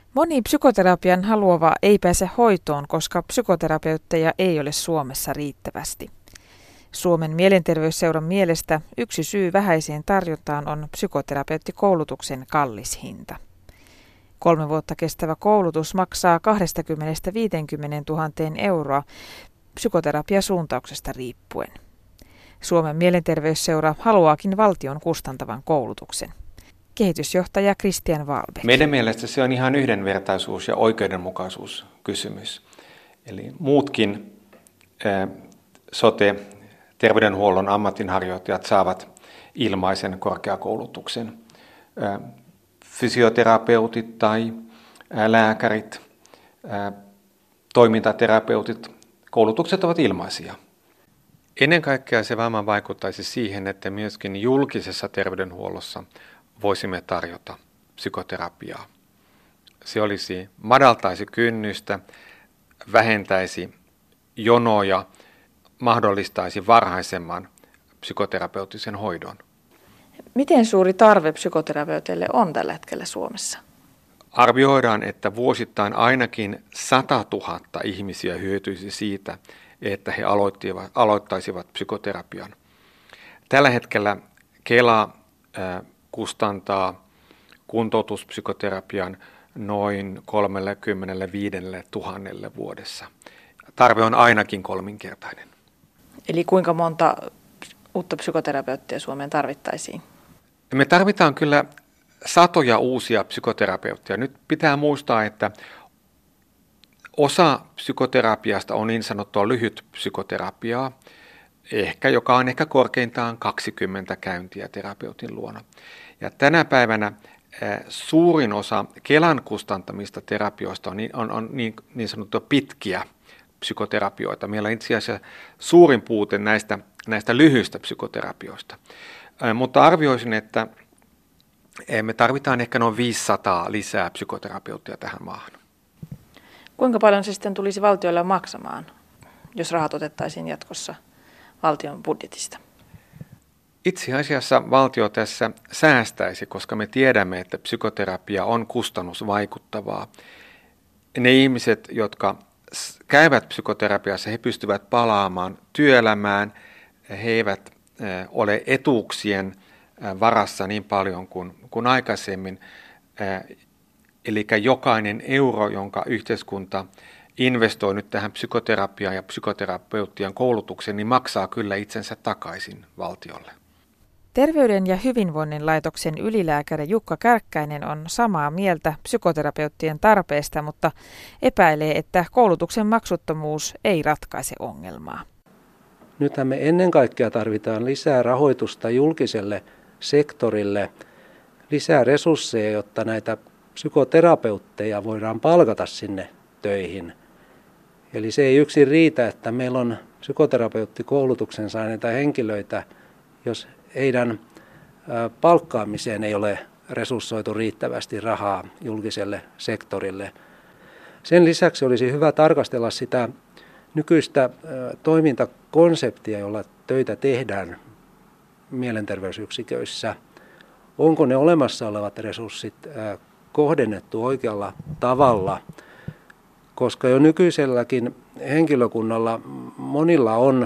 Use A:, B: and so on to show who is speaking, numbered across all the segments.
A: Moni psykoterapian haluava ei pääse hoitoon, koska psykoterapeutteja ei ole Suomessa riittävästi. Suomen mielenterveysseuran mielestä yksi syy vähäiseen tarjontaan on psykoterapeuttikoulutuksen kallis hinta. 3 vuotta kestävä koulutus maksaa 20–50 000 euroa psykoterapiasuuntauksesta riippuen. Suomen mielenterveysseura haluaakin valtion kustantavan koulutuksen. Kehitysjohtaja Christian Wahlbeck.
B: Meidän mielestä se on ihan yhdenvertaisuus- ja oikeudenmukaisuuskysymys. Eli muutkin terveydenhuollon ammatinharjoittajat saavat ilmaisen korkeakoulutuksen. Fysioterapeutit tai lääkärit, toimintaterapeutit, koulutukset ovat ilmaisia. Ennen kaikkea se varmaan vaikuttaisi siihen, että myöskin julkisessa terveydenhuollossa voisimme tarjota psykoterapiaa. Se madaltaisi kynnystä, vähentäisi jonoja, mahdollistaisi varhaisemman psykoterapeuttisen hoidon.
A: Miten suuri tarve psykoterapeuteille on tällä hetkellä Suomessa?
B: Arvioidaan, että vuosittain ainakin 100 000 ihmisiä hyötyisi siitä, että he aloittaisivat psykoterapian. Tällä hetkellä Kela kustantaa kuntoutuspsykoterapian noin 35 000 vuodessa. Tarve on ainakin 3-kertainen.
A: Eli kuinka monta uutta psykoterapeuttia Suomeen tarvittaisiin?
B: Me tarvitaan kyllä satoja uusia psykoterapeutteja. Nyt pitää muistaa, että osa psykoterapiasta on niin sanottua lyhyt psykoterapiaa, joka on ehkä korkeintaan 20 käyntiä terapeutin luona. Ja tänä päivänä suurin osa Kelan kustantamista terapioista on niin sanottua pitkiä psykoterapioita. Meillä on itse asiassa suurin puute näistä lyhyistä psykoterapioista. Mutta arvioisin, että me tarvitaan ehkä noin 500 lisää psykoterapeuttia tähän maahan.
A: Kuinka paljon se sitten tulisi valtiolle maksamaan, jos rahat otettaisiin jatkossa valtion budjetista?
B: Itse asiassa valtio tässä säästäisi, koska me tiedämme, että psykoterapia on kustannusvaikuttavaa. Ne ihmiset, jotka käyvät psykoterapiassa, he pystyvät palaamaan työelämään, he eivät ole etuuksien varassa niin paljon kuin aikaisemmin. Eli jokainen euro, jonka yhteiskunta investoi nyt tähän psykoterapiaan ja psykoterapeuttien koulutukseen, niin maksaa kyllä itsensä takaisin valtiolle.
A: Terveyden ja hyvinvoinnin laitoksen ylilääkäri Jukka Kärkkäinen on samaa mieltä psykoterapeuttien tarpeesta, mutta epäilee, että koulutuksen maksuttomuus ei ratkaise ongelmaa.
C: Nythän me ennen kaikkea tarvitaan lisää rahoitusta julkiselle sektorille, lisää resursseja, jotta näitä psykoterapeutteja voidaan palkata sinne töihin. Eli se ei yksin riitä, että meillä on psykoterapeuttikoulutuksen saaneita henkilöitä, jos heidän palkkaamiseen ei ole resurssoitu riittävästi rahaa julkiselle sektorille. Sen lisäksi olisi hyvä tarkastella sitä nykyistä toimintakonseptia, jolla töitä tehdään mielenterveysyksiköissä. Onko ne olemassa olevat resurssit kohdennettu oikealla tavalla, koska jo nykyiselläkin henkilökunnalla monilla on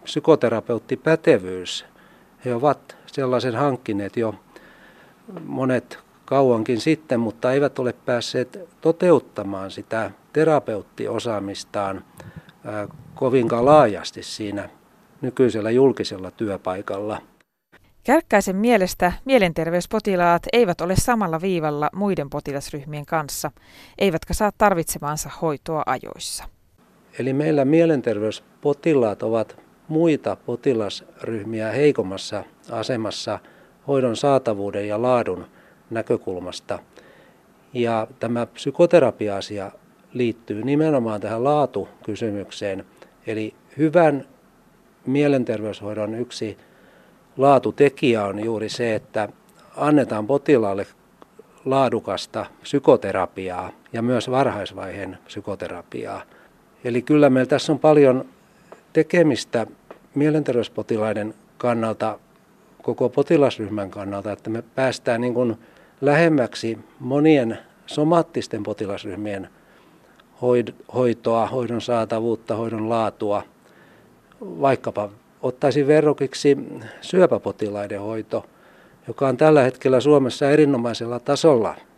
C: psykoterapeuttipätevyys. He ovat sellaisen hankkineet jo monet kauankin sitten, mutta eivät ole päässeet toteuttamaan sitä terapeuttiosaamistaan kovinkaan laajasti siinä nykyisellä julkisella työpaikalla.
A: Kärkkäisen mielestä mielenterveyspotilaat eivät ole samalla viivalla muiden potilasryhmien kanssa, eivätkä saa tarvitsemaansa hoitoa ajoissa.
C: Eli meillä mielenterveyspotilaat ovat muita potilasryhmiä heikommassa asemassa hoidon saatavuuden ja laadun näkökulmasta. Ja tämä psykoterapia-asia liittyy nimenomaan tähän laatukysymykseen. Eli hyvän mielenterveyshoidon yksi laatutekijä on juuri se, että annetaan potilaalle laadukasta psykoterapiaa ja myös varhaisvaiheen psykoterapiaa. Eli kyllä meillä tässä on paljon tekemistä mielenterveyspotilaiden kannalta, koko potilasryhmän kannalta, että me päästään niin kuin lähemmäksi monien somaattisten potilasryhmien hoitoa, hoidon saatavuutta, hoidon laatua. Vaikkapa ottaisin verrokiksi syöpäpotilaiden hoito, joka on tällä hetkellä Suomessa erinomaisella tasolla.